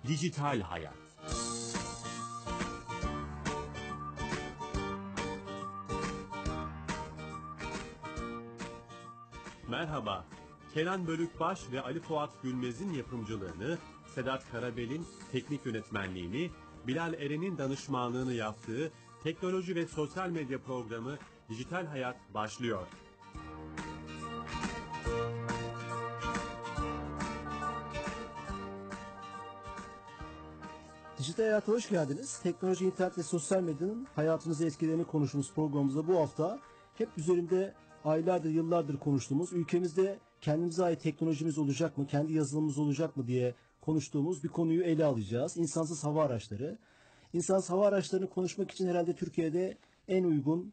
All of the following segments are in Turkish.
Dijital Hayat. Merhaba, Kenan Bölükbaş ve Ali Fuat Gülmez'in yapımcılığını, Sedat Karabel'in teknik yönetmenliğini, Bilal Eren'in danışmanlığını yaptığı teknoloji ve sosyal medya programı Dijital Hayat başlıyor. Dijital Hayat'a hoş geldiniz. Teknoloji, internet ve sosyal medyanın hayatınızı etkilerini konuştuğumuz programımızda bu hafta hep üzerinde aylardır, yıllardır konuştuğumuz, ülkemizde kendimize ait teknolojimiz olacak mı, kendi yazılımımız olacak mı diye konuştuğumuz bir konuyu ele alacağız. İnsansız hava araçları. İnsansız hava araçlarını konuşmak için herhalde Türkiye'de en uygun,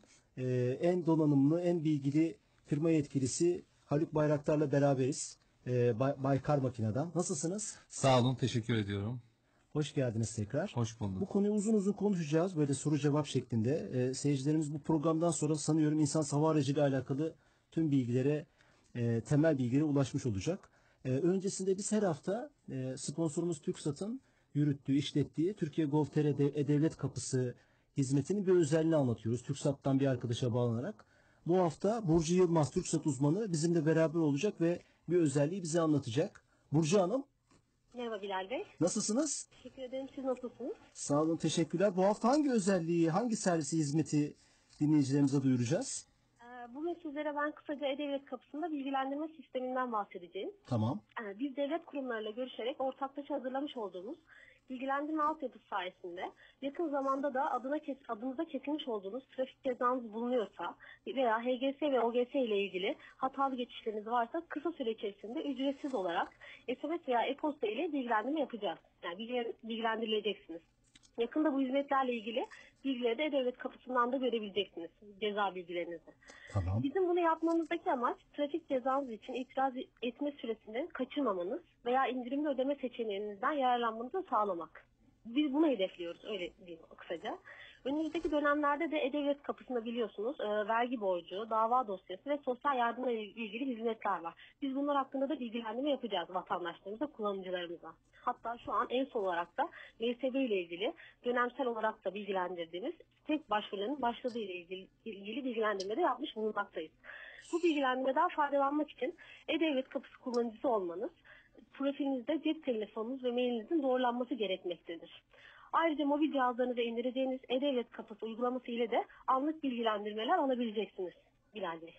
en donanımlı, en bilgili firma yetkilisi Haluk Bayraktar'la beraberiz. Baykar Makina'dan. Nasılsınız? Sağ olun, teşekkür ediyorum. Hoş geldiniz tekrar. Hoş bulduk. Bu konuyu uzun uzun konuşacağız. Böyle soru cevap şeklinde. Seyircilerimiz bu programdan sonra sanıyorum insansız hava aracı ile alakalı tüm bilgilere, temel bilgilere ulaşmış olacak. Öncesinde biz her hafta sponsorumuz TürkSat'ın yürüttüğü, işlettiği Türkiye Gov.tr E-Devlet Kapısı hizmetinin bir özelliğini anlatıyoruz. TürkSat'tan bir arkadaşa bağlanarak. Bu hafta Burcu Yılmaz, TürkSat uzmanı bizimle beraber olacak ve bir özelliği bize anlatacak. Burcu Hanım. Merhaba Bilal Bey. Nasılsınız? Teşekkür ederim. Siz nasılsınız? Sağ olun, teşekkürler. Bu hafta hangi özelliği, hangi servisi, hizmeti dinleyicilerimize duyuracağız? Bugün sizlere ben kısaca E-Devlet Kapısı'nda bilgilendirme sisteminden bahsedeceğim. Tamam. Biz devlet kurumlarıyla görüşerek ortaklaşa hazırlamış olduğumuz bilgilendirme altyapısı sayesinde yakın zamanda da adınıza kesilmiş olduğunuz trafik cezanız bulunuyorsa veya HGS ve OGS ile ilgili hatalı geçişleriniz varsa kısa süre içerisinde ücretsiz olarak SMS veya e-posta ile bilgilendirme yapacağız. Yani bilgilendirileceksiniz. Yakında bu hizmetlerle ilgili bilgileri de E-Devlet Kapısı'ndan da görebileceksiniz. Ceza bilgilerinizi. Tamam. Bizim bunu yapmamızdaki amaç trafik cezanız için itiraz etme süresini kaçırmamanız veya indirimli ödeme seçeneğinizden yararlanmanızı sağlamak. Biz bunu hedefliyoruz, öyle diyeyim kısaca. Önümüzdeki dönemlerde de E-Devlet Kapısı'nda biliyorsunuz vergi borcu, dava dosyası ve sosyal yardımla ilgili hizmetler var. Biz bunlar hakkında da bilgilendirme yapacağız vatandaşlarımıza, kullanıcılarımıza. Hatta şu an en son olarak da VSB ile ilgili dönemsel olarak da bilgilendirdiğimiz tek başvuruların başladığı ile ilgili bilgilendirme de yapmış bulunmaktayız. Bu bilgilendirmeden faydalanmak için E-Devlet Kapısı kullanıcısı olmanız, profilinizde cep telefonunuz ve mailinizin doğrulanması gerekmektedir. Ayrıca mobil cihazlarınıza indireceğiniz E-Devlet Kapısı uygulaması ile de anlık bilgilendirmeler alabileceksiniz Bilal Bey.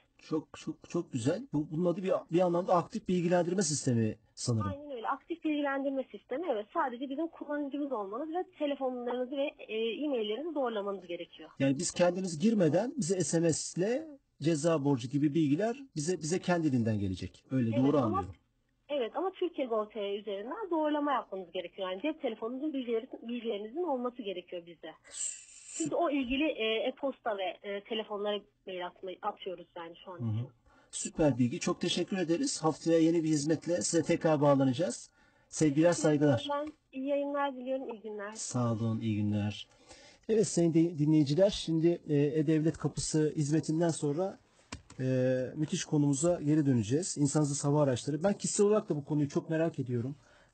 Çok güzel. Bunun adı bir anlamda aktif bilgilendirme sistemi sanırım. Aynen öyle. Aktif bilgilendirme sistemi, evet. Sadece bizim kullanıcımız olmanız ve telefonlarınızı ve e-maillerinizi doğrulamanız gerekiyor. Yani biz kendiniz girmeden bize SMS ile ceza borcu gibi bilgiler bize kendiliğinden gelecek. Öyle Evet, doğru anlıyorum. Evet, ama Türkiye Gov.tr üzerinden doğrulama yapmanız gerekiyor. Yani cep telefonunuzun bilgilerinizin olması gerekiyor bize. Çünkü o ilgili e-posta ve telefonlara mail atıyoruz yani şu an için. Süper bilgi. Çok teşekkür ederiz. Haftaya yeni bir hizmetle size tekrar bağlanacağız. Sevgiler, saygılar. Ben iyi yayınlar diliyorum, iyi günler. Sağ olun, iyi günler. Evet sayın dinleyiciler, şimdi E-Devlet Kapısı hizmetinden sonra müthiş konumuza geri döneceğiz. İnsansız hava araçları. Ben kişisel olarak da bu konuyu çok merak ediyorum.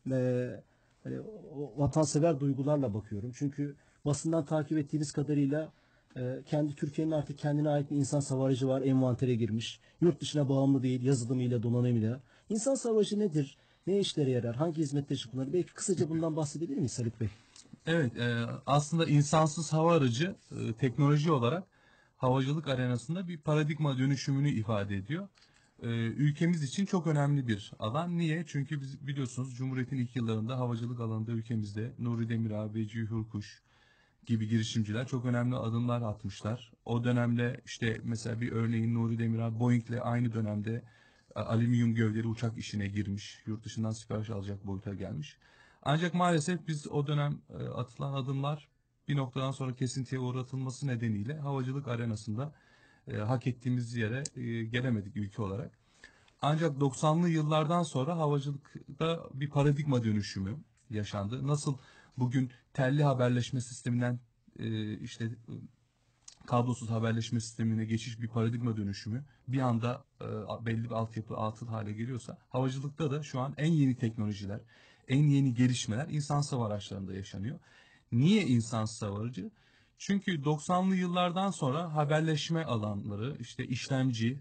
O vatansever duygularla bakıyorum. Çünkü basından takip ettiğimiz kadarıyla kendi Türkiye'nin artık kendine ait bir insan hava aracı var. Envantere girmiş. Yurt dışına bağımlı değil. Yazılımıyla, donanımıyla. İnsan hava aracı nedir? Ne işlere yarar? Hangi hizmetler kullanır? Belki kısaca bundan bahsedebilir miyiz Haluk Bey? Evet, aslında insansız hava aracı teknoloji olarak havacılık arenasında bir paradigma dönüşümünü ifade ediyor. Ülkemiz için çok önemli bir alan. Niye? Çünkü biz biliyorsunuz Cumhuriyet'in ilk yıllarında havacılık alanında ülkemizde Nuri Demirağ, Vecihi Hürkuş gibi girişimciler çok önemli adımlar atmışlar. O dönemde işte mesela bir örneğin Nuri Demirağ Boeing'le aynı dönemde alüminyum gövdeli uçak işine girmiş. Yurt dışından sipariş alacak boyuta gelmiş. Ancak maalesef biz o dönem atılan adımlar bir noktadan sonra kesintiye uğratılması nedeniyle havacılık arenasında hak ettiğimiz yere gelemedik ülke olarak. Ancak 90'lı yıllardan sonra havacılıkta bir paradigma dönüşümü yaşandı. Nasıl bugün telli haberleşme sisteminden işte kablosuz haberleşme sistemine geçiş bir paradigma dönüşümü bir anda belli bir altyapı atıl hale geliyorsa havacılıkta da şu an en yeni teknolojiler, en yeni gelişmeler insansız hava araçlarında yaşanıyor. Niye insansız hava aracı? Çünkü 90'lı yıllardan sonra haberleşme alanları, işte işlemci,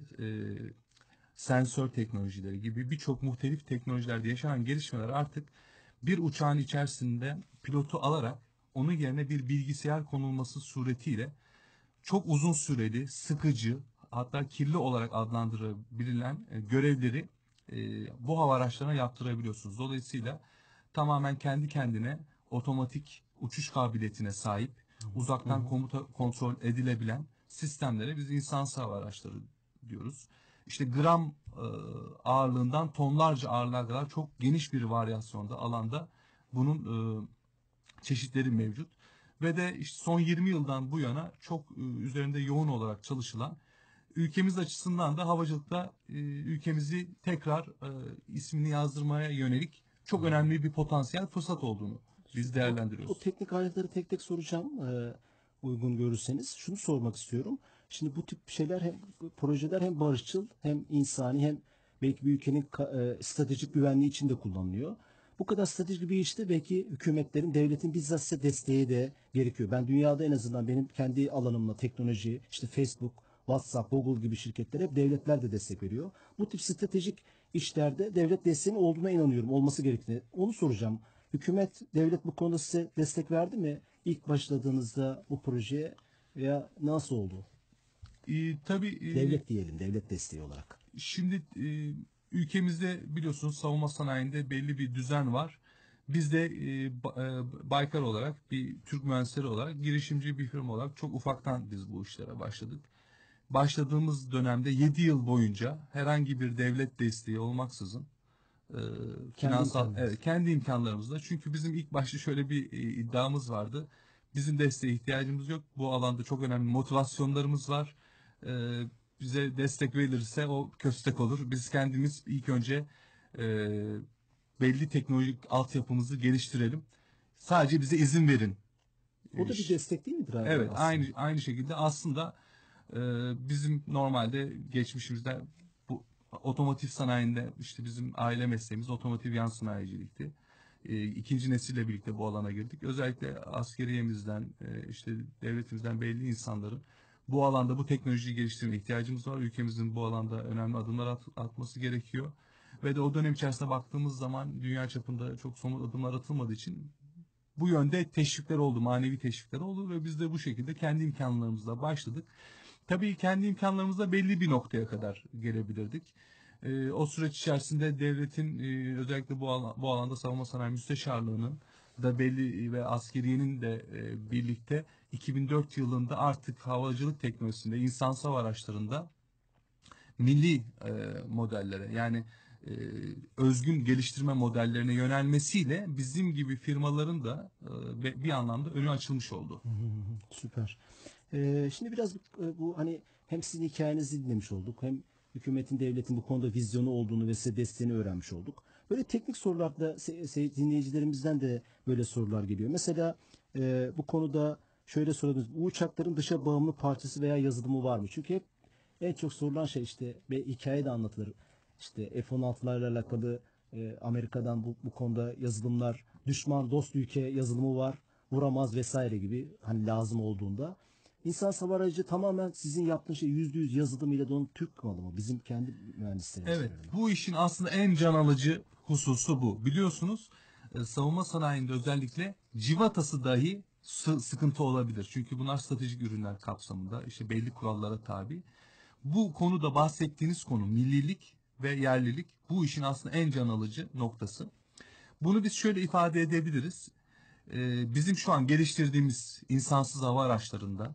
sensör teknolojileri gibi birçok muhtelif teknolojilerde yaşanan gelişmeler artık bir uçağın içerisinde pilotu alarak onun yerine bir bilgisayar konulması suretiyle çok uzun süreli, sıkıcı, hatta kirli olarak adlandırılabilen görevleri bu hava araçlarına yaptırabiliyorsunuz. Dolayısıyla tamamen kendi kendine otomatik uçuş kabiliyetine sahip, uzaktan komuta kontrol edilebilen sistemlere biz insansız hava araçları diyoruz. İşte gram ağırlığından tonlarca ağırlığa kadar çok geniş bir varyasyonda alanda bunun çeşitleri mevcut. Ve de işte son 20 yıldan bu yana çok üzerinde yoğun olarak çalışılan, ülkemiz açısından da havacılıkta ülkemizi tekrar ismini yazdırmaya yönelik çok önemli bir potansiyel fırsat olduğunu biz değerlendiriyoruz. O teknik ayrıntıları tek tek soracağım. Uygun görürseniz. Şunu sormak istiyorum. Şimdi bu tip şeyler hem projeler hem barışçıl hem insani hem belki bir ülkenin stratejik güvenliği için de kullanılıyor. Bu kadar stratejik bir işte belki hükümetlerin, devletin bizzat size desteği de gerekiyor. Ben dünyada en azından benim kendi alanımla teknoloji, işte Facebook, WhatsApp, Google gibi şirketler hep devletler de destek veriyor. Bu tip stratejik işlerde devlet desteğinin olduğuna inanıyorum, olması gerektiğini. Onu soracağım. Hükümet, devlet bu konuda size destek verdi mi? İlk başladığınızda bu projeye veya nasıl oldu? Tabii Devlet diyelim, devlet desteği olarak. şimdi ülkemizde biliyorsunuz savunma sanayinde belli bir düzen var. Biz de Baykar olarak, bir Türk mühendisleri olarak, girişimci bir firma olarak çok ufaktan biz bu işlere başladık. Başladığımız dönemde 7 yıl boyunca herhangi bir devlet desteği olmaksızın finansal imkanlarınız. kendi imkanlarımızla, çünkü bizim ilk başta şöyle bir iddiamız vardı. Bizim desteğe ihtiyacımız yok. Bu alanda çok önemli motivasyonlarımız var. Bize destek verilirse o köstek olur. Biz kendimiz ilk önce e, belli teknolojik altyapımızı geliştirelim. Sadece bize izin verin. O da bir destek değil midir abi? Evet, aslında? aynı şekilde aslında bizim normalde geçmişimizde bu otomotiv sanayinde, işte bizim aile mesleğimiz otomotiv yan sanayicilikti. İkinci nesille birlikte bu alana girdik. Özellikle askeriyemizden, işte devletimizden belli insanların bu alanda bu teknolojiyi geliştirmeye ihtiyacımız var. Ülkemizin bu alanda önemli adımlar atması gerekiyor. Ve de o dönem içerisinde baktığımız zaman dünya çapında çok somut adımlar atılmadığı için bu yönde teşvikler oldu, manevi teşvikler oldu ve biz de bu şekilde kendi imkanlarımızla başladık. Tabii kendi imkanlarımızla belli bir noktaya kadar gelebilirdik. O süreç içerisinde devletin özellikle bu alanda savunma sanayi müsteşarlığının da belli ve askeriyenin de birlikte 2004 yılında artık havacılık teknolojisinde, insansız hava araçlarında milli modellere, yani özgün geliştirme modellerine yönelmesiyle bizim gibi firmaların da bir anlamda önü açılmış oldu. Süper. Şimdi biraz bu hani hem sizin hikayenizi dinlemiş olduk hem hükümetin, devletin bu konuda vizyonu olduğunu ve size desteğini öğrenmiş olduk. Böyle teknik sorularda dinleyicilerimizden de böyle sorular geliyor. Mesela bu konuda şöyle sorabiliriz. Bu uçakların dışa bağımlı parçası veya yazılımı var mı? Çünkü hep en çok sorulan şey işte ve hikaye de anlatılır. İşte F-16'larla alakalı Amerika'dan bu konuda yazılımlar, düşman dost ülke yazılımı var, vuramaz vesaire gibi hani lazım olduğunda. İnsan hava aracı tamamen sizin yaptığınız şey %100 yazılımıyla da onun Türk malı mı? Bizim kendi mühendislerimiz. Evet, bu işin aslında en can alıcı hususu bu. Biliyorsunuz savunma sanayinde özellikle civatası dahi sıkıntı olabilir. Çünkü bunlar stratejik ürünler kapsamında, işte belli kurallara tabi. Bu konuda bahsettiğiniz konu millilik ve yerlilik, bu işin aslında en can alıcı noktası. Bunu biz şöyle ifade edebiliriz. Bizim şu an geliştirdiğimiz insansız hava araçlarında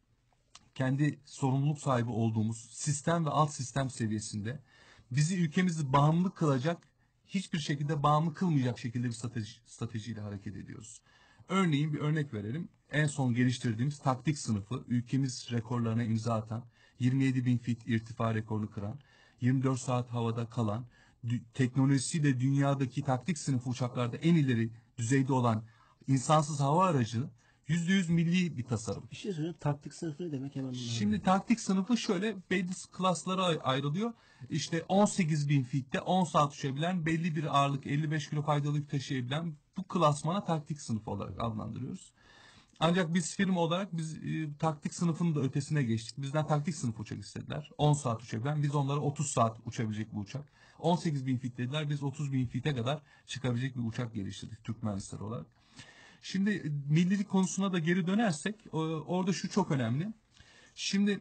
kendi sorumluluk sahibi olduğumuz sistem ve alt sistem seviyesinde bizi ülkemizi bağımlı kılacak, hiçbir şekilde bağımlı kılmayacak şekilde bir stratejiyle hareket ediyoruz. Örneğin bir örnek verelim. En son geliştirdiğimiz taktik sınıfı, ülkemiz rekorlarına imza atan, 27.000 fit irtifa rekorunu kıran, 24 saat havada kalan, teknolojisiyle dünyadaki taktik sınıfı uçaklarda en ileri düzeyde olan insansız hava aracı %100 milli bir tasarım. Bir şey söyleyeyim. Taktik sınıfı ne demek hemen bunları Şimdi taktik sınıfı şöyle belli klaslara ayrılıyor. İşte 18.000 fitte 10 saat uçabilen, belli bir ağırlık 55 kilo faydalı yük taşıyabilen bu klasmana taktik sınıfı olarak adlandırıyoruz. Ancak biz firma olarak taktik sınıfının da ötesine geçtik. Bizden taktik sınıfı uçak istediler. 10 saat uçabilen, biz onlara 30 saat uçabilecek bir uçak. 18.000 fit dediler, biz 30.000 fite kadar çıkabilecek bir uçak geliştirdik Türk mühendisleri olarak. Şimdi millilik konusuna da geri dönersek orada şu çok önemli. Şimdi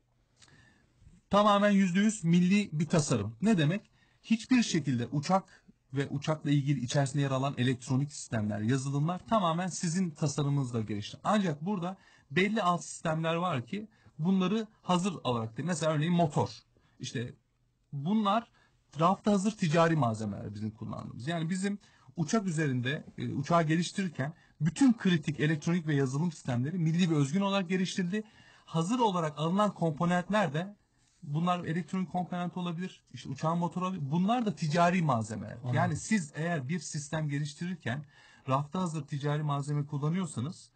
tamamen %100 milli bir tasarım. Ne demek? Hiçbir şekilde uçak ve uçakla ilgili içerisinde yer alan elektronik sistemler, yazılımlar tamamen sizin tasarımınızla gelişti. Ancak burada belli alt sistemler var ki bunları hazır olarak değil. Mesela örneğin motor. İşte bunlar rafta hazır ticari malzemeler bizim kullandığımız. Yani bizim uçak üzerinde uçağı geliştirirken bütün kritik elektronik ve yazılım sistemleri milli ve özgün olarak geliştirildi. Hazır olarak alınan komponentler de bunlar elektronik komponent olabilir, işte uçağın motoru olabilir. Bunlar da ticari malzemeler. Anladım. Yani siz eğer bir sistem geliştirirken rafta hazır ticari malzeme kullanıyorsanız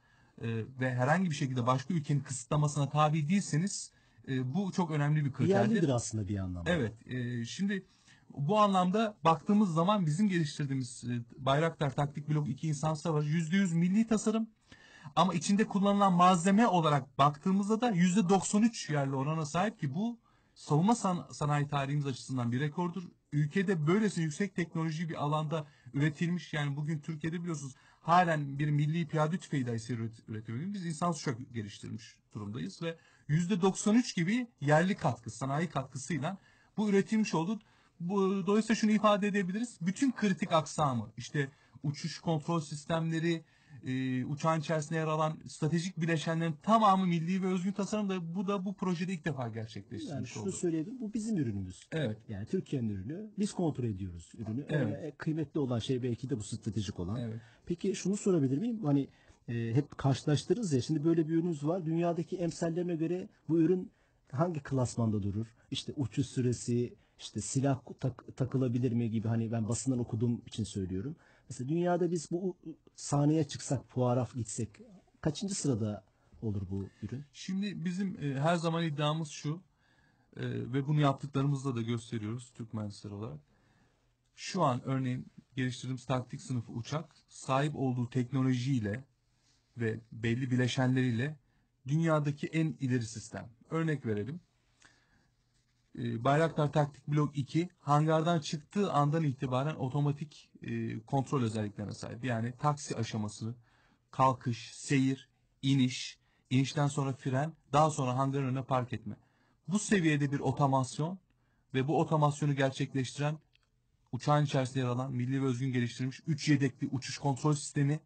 ve herhangi bir şekilde başka ülkenin kısıtlamasına tabi değilseniz bu çok önemli bir kriterdir. Yerlidir aslında bir anlamda. Evet. Şimdi bu anlamda baktığımız zaman bizim geliştirdiğimiz Bayraktar Taktik Blok 2 insansız hava aracı %100 milli tasarım. Ama içinde kullanılan malzeme olarak baktığımızda da %93 yerli orana sahip ki bu savunma sanayi tarihimiz açısından bir rekordur. Ülkede böylesi yüksek teknoloji bir alanda üretilmiş, yani bugün Türkiye'de biliyorsunuz halen bir milli piyade tüfeği dahi üretemiyoruz. Biz insansız uçak geliştirmiş durumdayız ve %93 gibi yerli katkı, sanayi katkısıyla bu üretilmiş oldu. Dolayısıyla şunu ifade edebiliriz. Bütün kritik aksamı, işte uçuş kontrol sistemleri, uçağın içerisinde yer alan stratejik bileşenlerin tamamı milli ve özgün tasarım da bu projede ilk defa Yani gerçekleştirilmiş şunu oldu. söyleyebilirim. Bu bizim ürünümüz. Evet. Yani Türkiye'nin ürünü. Biz kontrol ediyoruz ürünü. Evet. Kıymetli olan şey belki de bu stratejik olan. Evet. Peki şunu sorabilir miyim? Hani hep karşılaştırırız ya. Şimdi böyle bir ürünümüz var. Dünyadaki emsallerine göre bu ürün hangi klasmanda durur? İşte uçuş süresi, işte silah takılabilir mi gibi, hani ben basından okuduğum için söylüyorum. Mesela dünyada biz bu sahneye çıksak, fuara gitsek kaçıncı sırada olur bu ürün? Şimdi bizim her zaman iddiamız şu ve bunu yaptıklarımızda da gösteriyoruz Türk mühendisleri olarak. Şu an örneğin geliştirdiğimiz taktik sınıfı uçak sahip olduğu teknolojiyle ve belli bileşenleriyle dünyadaki en ileri sistem. Örnek verelim. Bayraktar Taktik Blok 2 hangardan çıktığı andan itibaren otomatik kontrol özelliklerine sahip. Yani taksi aşaması, kalkış, seyir, inişten sonra fren, daha sonra hangarın önüne park etme. Bu seviyede bir otomasyon ve bu otomasyonu gerçekleştiren uçağın içerisinde yer alan milli ve özgün geliştirilmiş 3 yedekli uçuş kontrol sistemi,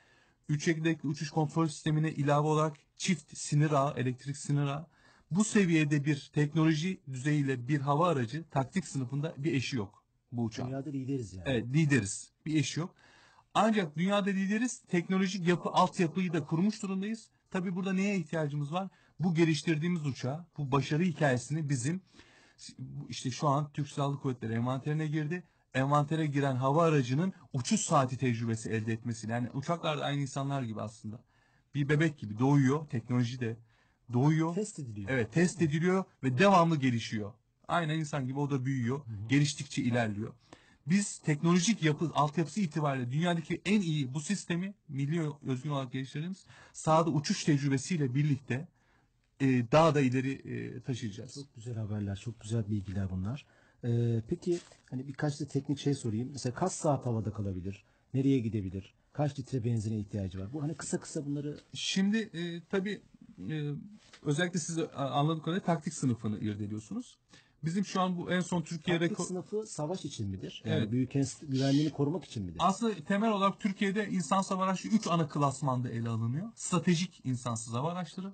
3 yedekli uçuş kontrol sistemine ilave olarak çift sinir ağı, elektrik sinir ağı. Bu seviyede bir teknoloji düzeyiyle bir hava aracı taktik sınıfında bir eşi yok bu uçağın. Dünyada lideriz yani. Evet, lideriz. Bir eşi yok. Ancak dünyada lideriz. Teknolojik altyapıyı da kurmuş durumdayız. Tabii burada neye ihtiyacımız var? Bu geliştirdiğimiz uçağı, bu başarı hikayesini bizim işte şu an Türk Silahlı Kuvvetleri envanterine girdi. Envantere giren hava aracının uçuş saati tecrübesi elde etmesi. Yani uçaklar da aynı insanlar gibi aslında. Bir bebek gibi doğuyor, teknoloji de doğuyor. Test ediliyor. Evet, test ediliyor ve devamlı gelişiyor. Aynen insan gibi o da büyüyor. Geliştikçe ilerliyor. Biz teknolojik altyapısı itibariyle dünyadaki en iyi bu sistemi milli özgün olarak geliştirdiğimiz sahada uçuş tecrübesiyle birlikte daha da ileri taşıyacağız. Çok güzel haberler, çok güzel bilgiler bunlar. Peki hani birkaç da teknik şey sorayım. Mesela kaç saat havada kalabilir? Nereye gidebilir? Kaç litre benzine ihtiyacı var? Bu hani kısa kısa bunları... Şimdi tabii özellikle siz anladığım kadarıyla taktik sınıfını irdeliyorsunuz. Bizim şu an bu en son Türkiye Taktik sınıfı savaş için midir? Yani Evet. büyük güvenliğini korumak için midir? Aslında temel olarak Türkiye'de insansız hava araçları 3 ana klasmanda ele alınıyor. Stratejik insansız hava araçları,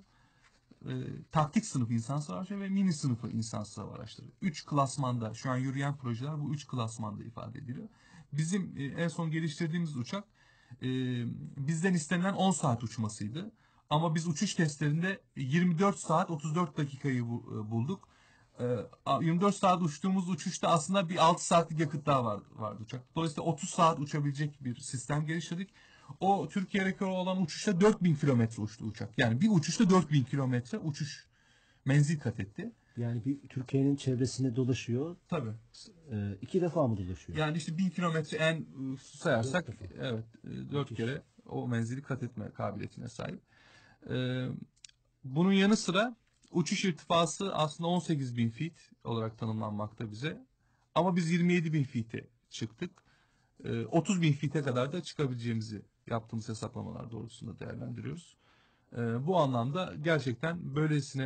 taktik sınıfı insansız hava araçları ve mini sınıfı insansız hava araçları. 3 klasmanda şu an yürüyen projeler bu 3 klasmanda ifade ediliyor. Bizim en son geliştirdiğimiz uçak bizden istenilen 10 saat uçmasıydı. Ama biz uçuş testlerinde 24 saat 34 dakikayı bulduk. 24 saat uçtuğumuz uçuşta aslında bir 6 saatlik yakıt daha vardı uçak. Dolayısıyla 30 saat uçabilecek bir sistem geliştirdik. O Türkiye rekoru olan uçuşta 4000 kilometre uçtu uçak. Yani bir uçuşta 4000 kilometre uçuş menzil kat etti. Yani bir Türkiye'nin çevresinde dolaşıyor. Tabii. 2 defa mı dolaşıyor? Yani işte 1000 kilometre en sayarsak 4 defa. evet 4 Müthiş. kere o menzili kat etme kabiliyetine sahip. Ee, Bunun yanı sıra uçuş irtifası aslında 18.000 feet olarak tanımlanmakta bize. Ama biz 27.000 feet'e çıktık. 30.000 feet'e kadar da çıkabileceğimizi yaptığımız hesaplamalar doğrultusunda değerlendiriyoruz. Bu anlamda gerçekten böylesine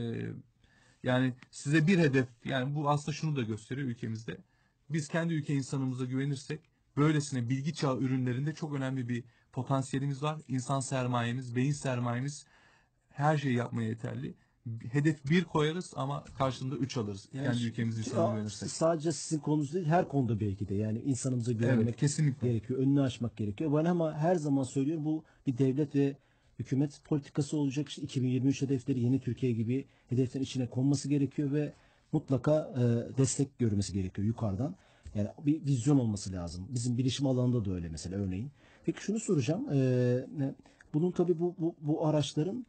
yani size bir hedef, yani bu aslında şunu da gösteriyor ülkemizde. Biz kendi ülke insanımıza güvenirsek böylesine bilgi çağı ürünlerinde çok önemli bir potansiyelimiz var. İnsan sermayemiz, beyin sermayemiz her şeyi yapmaya yeterli. Hedef 1 koyarız ama karşılığında 3 alırız. Yani Kendi ülkemiz insanına güvenirsek. sadece sizin konunuz değil, her konuda belki de. Yani insanımıza güvenmek Evet, kesinlikle. gerekiyor. Önünü açmak gerekiyor. Ben ama her zaman söylüyorum, bu bir devlet ve hükümet politikası olacak. İşte 2023 hedefleri, yeni Türkiye gibi hedeflerin içine konması gerekiyor ve mutlaka destek görmesi gerekiyor yukarıdan. Yani bir vizyon olması lazım. Bizim bilişim alanında da öyle mesela, örneğin. Peki şunu soracağım. Bunun tabii bu araçların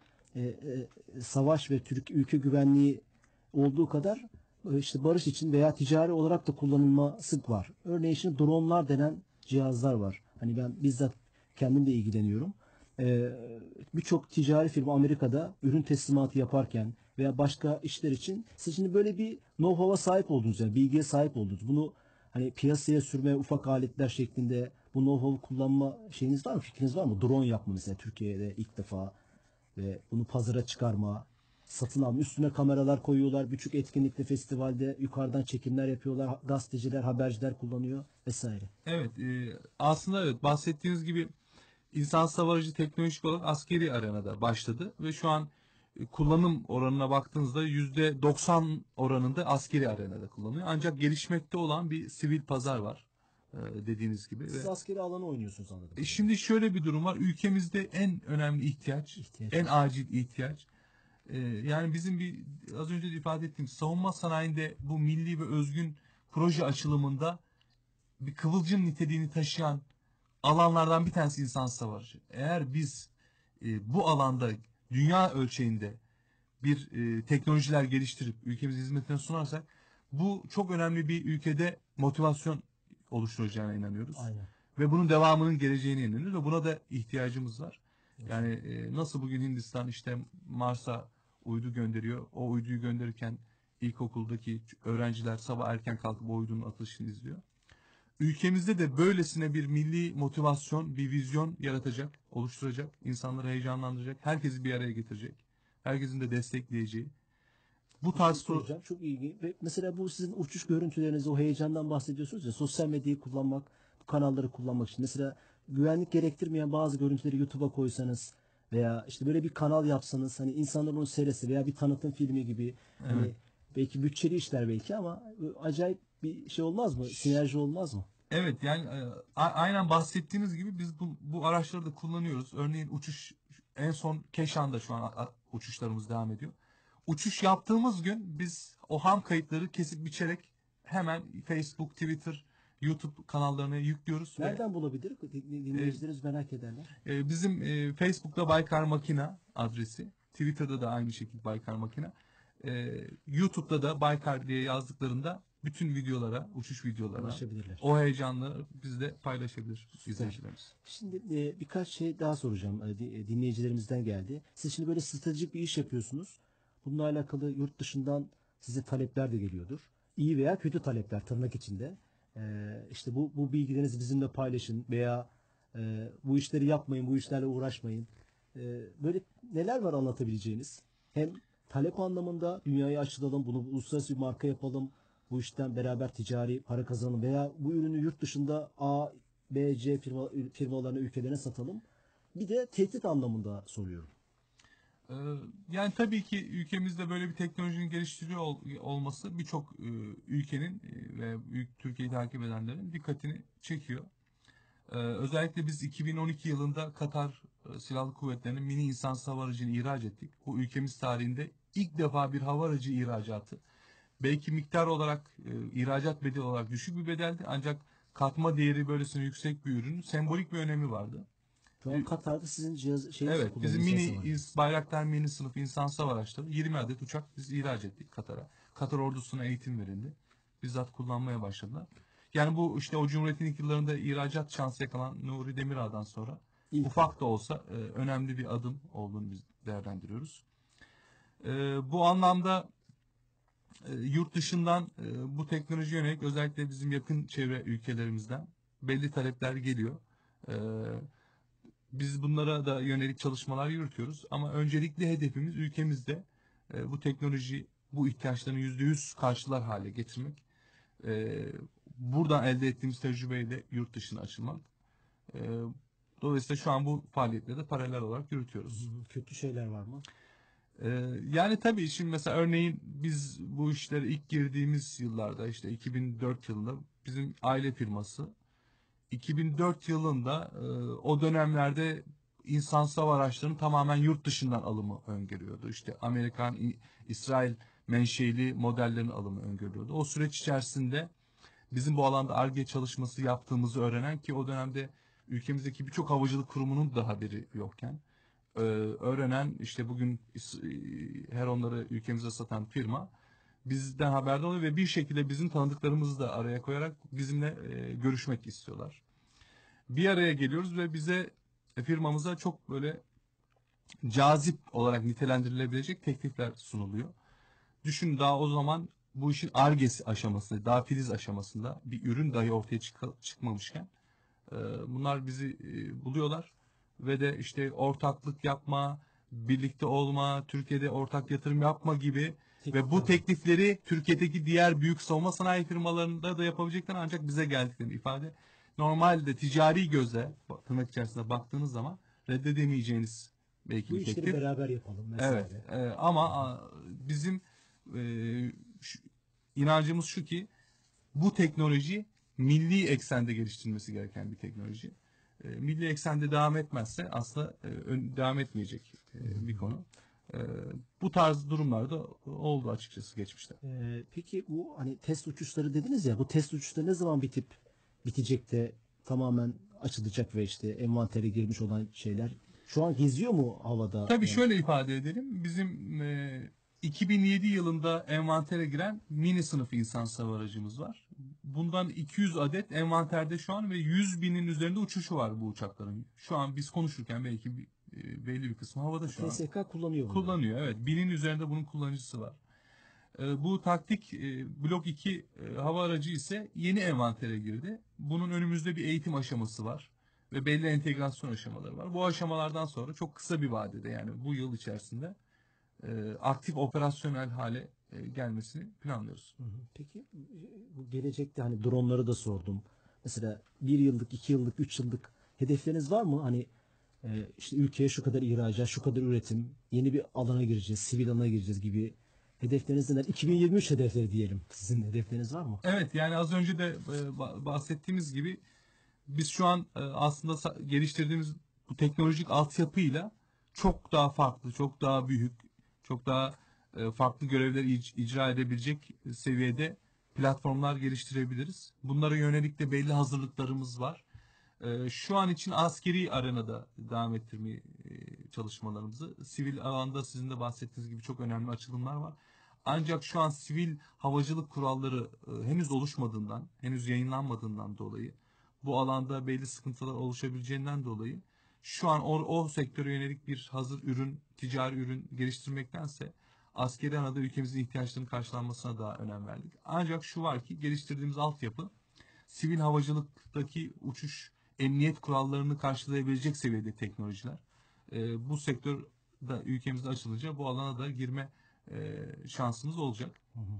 savaş ve ülke güvenliği olduğu kadar işte barış için veya ticari olarak da kullanılması var. Örneğin şimdi dronlar denen cihazlar var. Hani ben bizzat kendim de ilgileniyorum. Birçok ticari firma Amerika'da ürün teslimatı yaparken veya başka işler için siz şimdi böyle bir know-how'a sahip oldunuz, yani bilgiye sahip oldunuz. Bunu hani piyasaya sürme ufak aletler şeklinde bu know-how'u kullanma şeyiniz var mı? Fikriniz var mı? Drone yapma mesela Türkiye'de ilk defa ve bunu pazara çıkarma, satın alma, üstüne kameralar koyuyorlar. Birçok etkinlikte, festivalde yukarıdan çekimler yapıyorlar. Gazeteciler, haberciler kullanıyor vesaire. Evet, aslında evet bahsettiğiniz gibi insan savarıcı teknolojik olarak askeri arenada başladı ve şu an kullanım oranına baktığınızda %90 oranında askeri arenada kullanılıyor. Ancak gelişmekte olan bir sivil pazar var dediğiniz gibi. Siz askeri alana oynuyorsunuz, anladım. Şimdi şöyle bir durum var. Ülkemizde en önemli ihtiyaç, en acil ihtiyaç. Yani bizim az önce de ifade ettiğim savunma sanayinde bu milli ve özgün proje açılımında bir kıvılcım niteliğini taşıyan alanlardan bir tanesi insan savarıcı. Eğer biz bu alanda dünya ölçeğinde bir teknolojiler geliştirip ülkemizin hizmetine sunarsak bu çok önemli bir ülkede motivasyon oluşturacağına inanıyoruz. Aynen. Ve bunun devamının geleceğine inanıyoruz ve buna da ihtiyacımız var. Yani nasıl bugün Hindistan işte Mars'a uydu gönderiyor. O uyduyu gönderirken ilkokuldaki öğrenciler sabah erken kalkıp o uydunun atılışını izliyor. Ülkemizde de böylesine bir milli motivasyon, bir vizyon yaratacak, oluşturacak, insanları heyecanlandıracak, herkesi bir araya getirecek, herkesin de destekleyeceği. Bu tarz Soracağım, çok ilginç. Ve mesela bu sizin uçuş görüntülerinizi, o heyecandan bahsediyorsunuz ya, sosyal medyayı kullanmak, bu kanalları kullanmak için. Mesela güvenlik gerektirmeyen bazı görüntüleri YouTube'a koysanız veya işte böyle bir kanal yapsanız, hani insanlar onu seyretse veya bir tanıtım filmi gibi, hani belki bütçeli işler belki ama acayip bir şey olmaz mı? Sinerji olmaz mı? Evet, yani aynen bahsettiğiniz gibi biz bu araçları da kullanıyoruz. Örneğin en son Keşan'da şu an uçuşlarımız devam ediyor. Uçuş yaptığımız gün biz o ham kayıtları kesip biçerek hemen Facebook, Twitter, YouTube kanallarına yüklüyoruz. Nereden bulabilir? Dinleyicilerimiz merak ederler. Bizim Facebook'ta Baykar Makina adresi, Twitter'da da aynı şekilde Baykar Makina, YouTube'da da Baykar diye yazdıklarında bütün videolara, uçuş videolarına, Ulaşabilirler. o heyecanlı bizle paylaşabilir izleyicilerimiz. Şimdi birkaç şey daha soracağım. Dinleyicilerimizden geldi. Siz şimdi böyle stratejik bir iş yapıyorsunuz. Bununla alakalı yurt dışından size talepler de geliyordur. İyi veya kötü talepler, tırnak içinde. İşte bu bilgilerinizi bizimle paylaşın veya bu işleri yapmayın, bu işlerle uğraşmayın. Böyle neler var anlatabileceğiniz? Hem talep anlamında dünyaya açılalım, bunu uluslararası bir marka yapalım, bu işten beraber ticari para kazanalım veya bu ürünü yurt dışında A, B, C firmalarına, ülkelerine satalım. Bir de tehdit anlamında soruyorum. Yani tabii ki ülkemizde böyle bir teknolojinin geliştiriyor olması birçok ülkenin ve büyük Türkiye'yi takip edenlerin dikkatini çekiyor. Özellikle biz 2012 yılında Katar Silahlı Kuvvetleri'nin mini insan hava aracını ihraç ettik. Bu ülkemiz tarihinde ilk defa bir hava aracı ihracatı. Belki miktar olarak, ihracat bedeli olarak düşük bir bedeldi ancak katma değeri böylesine yüksek bir ürünün sembolik bir önemi vardı. Şu an Katar'da sizin şeyiniz Evet, bizim Bayraktar mini sınıf insansız hava araçları 20 adet uçak biz ihraç ettik Katar'a. Katar ordusuna eğitim verildi. Bizzat kullanmaya başladılar. Yani bu işte o Cumhuriyet'in ilk yıllarında ihracat şansı yakalan Nuri Demirağ'dan sonra ufak da olsa önemli bir adım olduğunu biz değerlendiriyoruz. Bu anlamda yurt dışından bu teknoloji yönelik özellikle bizim yakın çevre ülkelerimizden belli talepler geliyor. Biz bunlara da yönelik çalışmalar yürütüyoruz ama öncelikli hedefimiz ülkemizde bu teknoloji, bu ihtiyaçlarını %100 karşılar hale getirmek. Buradan elde ettiğimiz tecrübeyle yurt dışına açılmak. Dolayısıyla şu an bu faaliyetleri de paralel olarak yürütüyoruz. Kötü şeyler var mı? Yani tabii şimdi mesela örneğin biz bu işlere ilk girdiğimiz yıllarda işte 2004 yılında bizim aile firması 2004 yılında o dönemlerde insansız hava araçlarının tamamen yurt dışından alımı öngörüyordu. İşte Amerikan, İsrail menşeli modellerin alımı öngörüyordu. O süreç içerisinde bizim bu alanda Ar-Ge çalışması yaptığımızı öğrenen ki o dönemde ülkemizdeki birçok havacılık kurumunun da haberi yokken öğrenen işte bugün her onları ülkemize satan firma bizden haberdar oluyor ve bir şekilde bizim tanıdıklarımızı da araya koyarak bizimle görüşmek istiyorlar. Bir araya geliyoruz ve bize firmamıza çok böyle cazip olarak nitelendirilebilecek teklifler sunuluyor. Düşün daha o zaman bu işin Ar-Ge'si aşamasında, daha filiz aşamasında bir ürün dahi ortaya çıkmamışken bunlar bizi buluyorlar ve de işte ortaklık yapma, birlikte olma, Türkiye'de ortak yatırım yapma gibi ve bu teklifleri Türkiye'deki diğer büyük savunma sanayi firmalarında da yapabilecekler ancak bize geldiklerini ifade. Normalde ticari gözle tırnak içerisinde baktığınız zaman reddedemeyeceğiniz belki Bu bir işleri teklif. beraber yapalım mesela. Evet, ama bizim inancımız şu ki bu teknoloji milli eksende geliştirilmesi gereken bir teknoloji. Milli eksende devam etmezse aslında devam etmeyecek bir konu. Bu tarz durumlarda oldu açıkçası geçmişte. Peki bu hani test uçuşları dediniz ya, bu test uçuşları ne zaman bitecek de tamamen açılacak ve işte envantere girmiş olan şeyler şu an geziyor mu havada? Tabii şöyle ifade edelim. Bizim 2007 yılında envantere giren mini sınıf insansız hava aracımız var. Bundan 200 adet envanterde şu an ve 100 binin üzerinde uçuşu var bu uçakların. Şu an biz konuşurken belki belli bir kısmı havada şu an. TSK kullanıyor bunu. Kullanıyor, evet. Binin üzerinde bunun kullanıcısı var. Bu taktik Blok 2 hava aracı ise yeni envantere girdi. Bunun önümüzde bir eğitim aşaması var ve belli entegrasyon aşamaları var. Bu aşamalardan sonra çok kısa bir vadede yani bu yıl içerisinde aktif operasyonel hale gelmesini planlıyoruz. Peki bu gelecekte hani dronları da sordum. Mesela 1 yıllık, 2 yıllık, 3 yıllık hedefleriniz var mı? Hani işte ülkeye şu kadar ihracat, şu kadar üretim, yeni bir alana gireceğiz, sivil alana gireceğiz gibi hedefleriniz neler? 2023 hedefleri diyelim. Sizin hedefleriniz var mı? Evet, yani az önce de bahsettiğimiz gibi biz şu an aslında geliştirdiğimiz bu teknolojik altyapıyla çok daha farklı, çok daha büyük, çok daha farklı görevleri icra edebilecek seviyede platformlar geliştirebiliriz. Bunlara yönelik de belli hazırlıklarımız var. Şu an için askeri arenada devam ettirmeye çalışmalarımızı, sivil alanda sizin de bahsettiğiniz gibi çok önemli açılımlar var. Ancak şu an sivil havacılık kuralları henüz oluşmadığından, henüz yayınlanmadığından dolayı, bu alanda belli sıkıntılar oluşabileceğinden dolayı şu an o sektöre yönelik bir hazır ürün, ticari ürün geliştirmektense askeri alanda ülkemizin ihtiyaçlarının karşılanmasına daha önem verdik. Ancak şu var ki geliştirdiğimiz altyapı sivil havacılıktaki uçuş emniyet kurallarını karşılayabilecek seviyede teknolojiler. Bu sektör da ülkemizde açılınca bu alana da girme şansımız olacak.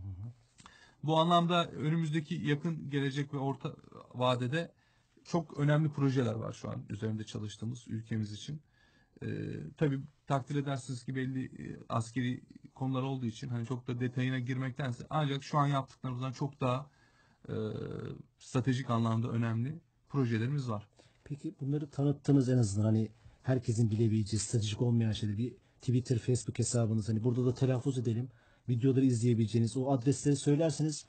Bu anlamda önümüzdeki yakın gelecek ve orta vadede çok önemli projeler var şu an üzerinde çalıştığımız ülkemiz için. Tabii takdir edersiniz ki belli askeri konular olduğu için hani çok da detayına girmektense ancak şu an yaptıklarımızdan çok daha stratejik anlamda önemli projelerimiz var. Peki bunları tanıttınız en azından hani herkesin bilebileceği stratejik olmayan şeyleri bir Twitter, Facebook hesabınız hani burada da telaffuz edelim. Videoları izleyebileceğiniz o adresleri söylerseniz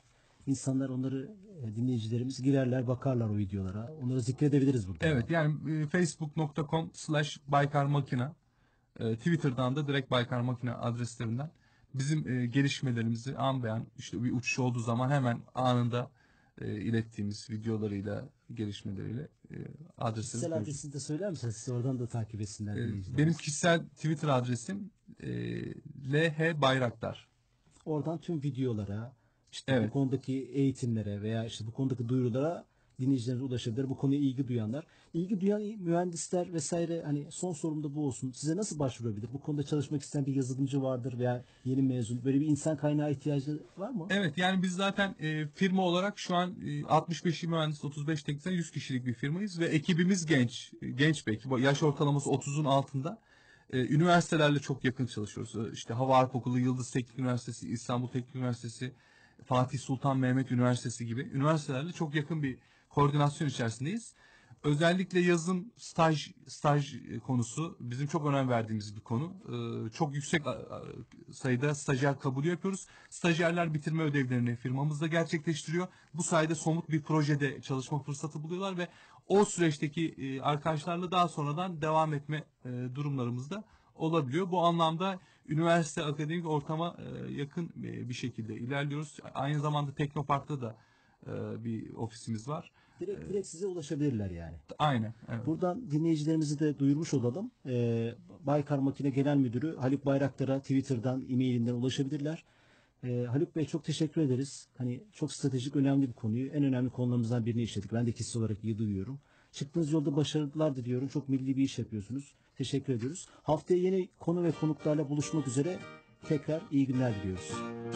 insanlar onları dinleyicilerimiz girerler, bakarlar o videolara. Onları zikredebiliriz burada. Evet, yani facebook.com/baykarmakina, Twitter'dan da direkt Baykar Makina adreslerinden bizim gelişmelerimizi an beyan, işte bir uçuş olduğu zaman hemen anında ilettiğimiz videolarıyla, gelişmeleriyle adreslerimiz Kişisel mevcut. adresini de söyler misiniz? Siz oradan da takip etsinler dinleyicilerimiz. Benim kişisel Twitter adresim LH Bayraktar. Oradan tüm videolara, işte Evet. bu konudaki eğitimlere veya işte bu konudaki duyurulara dinleyicilerimize ulaşabilir. Bu konuya ilgi duyanlar. İlgi duyan mühendisler vesaire, hani son sorum da bu olsun. Size nasıl başvurabilir? Bu konuda çalışmak isteyen bir yazılımcı vardır veya yeni mezun. Böyle bir insan kaynağı ihtiyacı var mı? Evet, yani biz zaten firma olarak şu an 65 mühendis, 35 teknisyen, 100 kişilik bir firmayız ve ekibimiz genç bir ekip. Yaş ortalaması 30'un altında. Üniversitelerle çok yakın çalışıyoruz. İşte Hava Harp Okulu, Yıldız Teknik Üniversitesi, İstanbul Teknik Üniversitesi, Fatih Sultan Mehmet Üniversitesi gibi üniversitelerle çok yakın bir koordinasyon içerisindeyiz. Özellikle yazın staj konusu bizim çok önem verdiğimiz bir konu. Çok yüksek sayıda stajyer kabulü yapıyoruz. Stajyerler bitirme ödevlerini firmamızda gerçekleştiriyor. Bu sayede somut bir projede çalışma fırsatı buluyorlar ve o süreçteki arkadaşlarla daha sonradan devam etme durumlarımız da olabiliyor. Bu anlamda üniversite akademik ortama yakın bir şekilde ilerliyoruz. Aynı zamanda Teknopark'ta da bir ofisimiz var. Direkt size ulaşabilirler yani. Aynen. Evet. Buradan dinleyicilerimizi de duyurmuş olalım. Baykar Makine Genel Müdürü Haluk Bayraktar'a Twitter'dan, e-mailinden ulaşabilirler. Haluk Bey, çok teşekkür ederiz. Hani çok stratejik, önemli bir konuyu, en önemli konularımızdan birini işledik. Ben de kişisel olarak iyi duyuyorum. Çıktığınız yolda başarılar diliyorum. Çok milli bir iş yapıyorsunuz. Teşekkür ediyoruz. Haftaya yeni konu ve konuklarla buluşmak üzere. Tekrar iyi günler diliyoruz.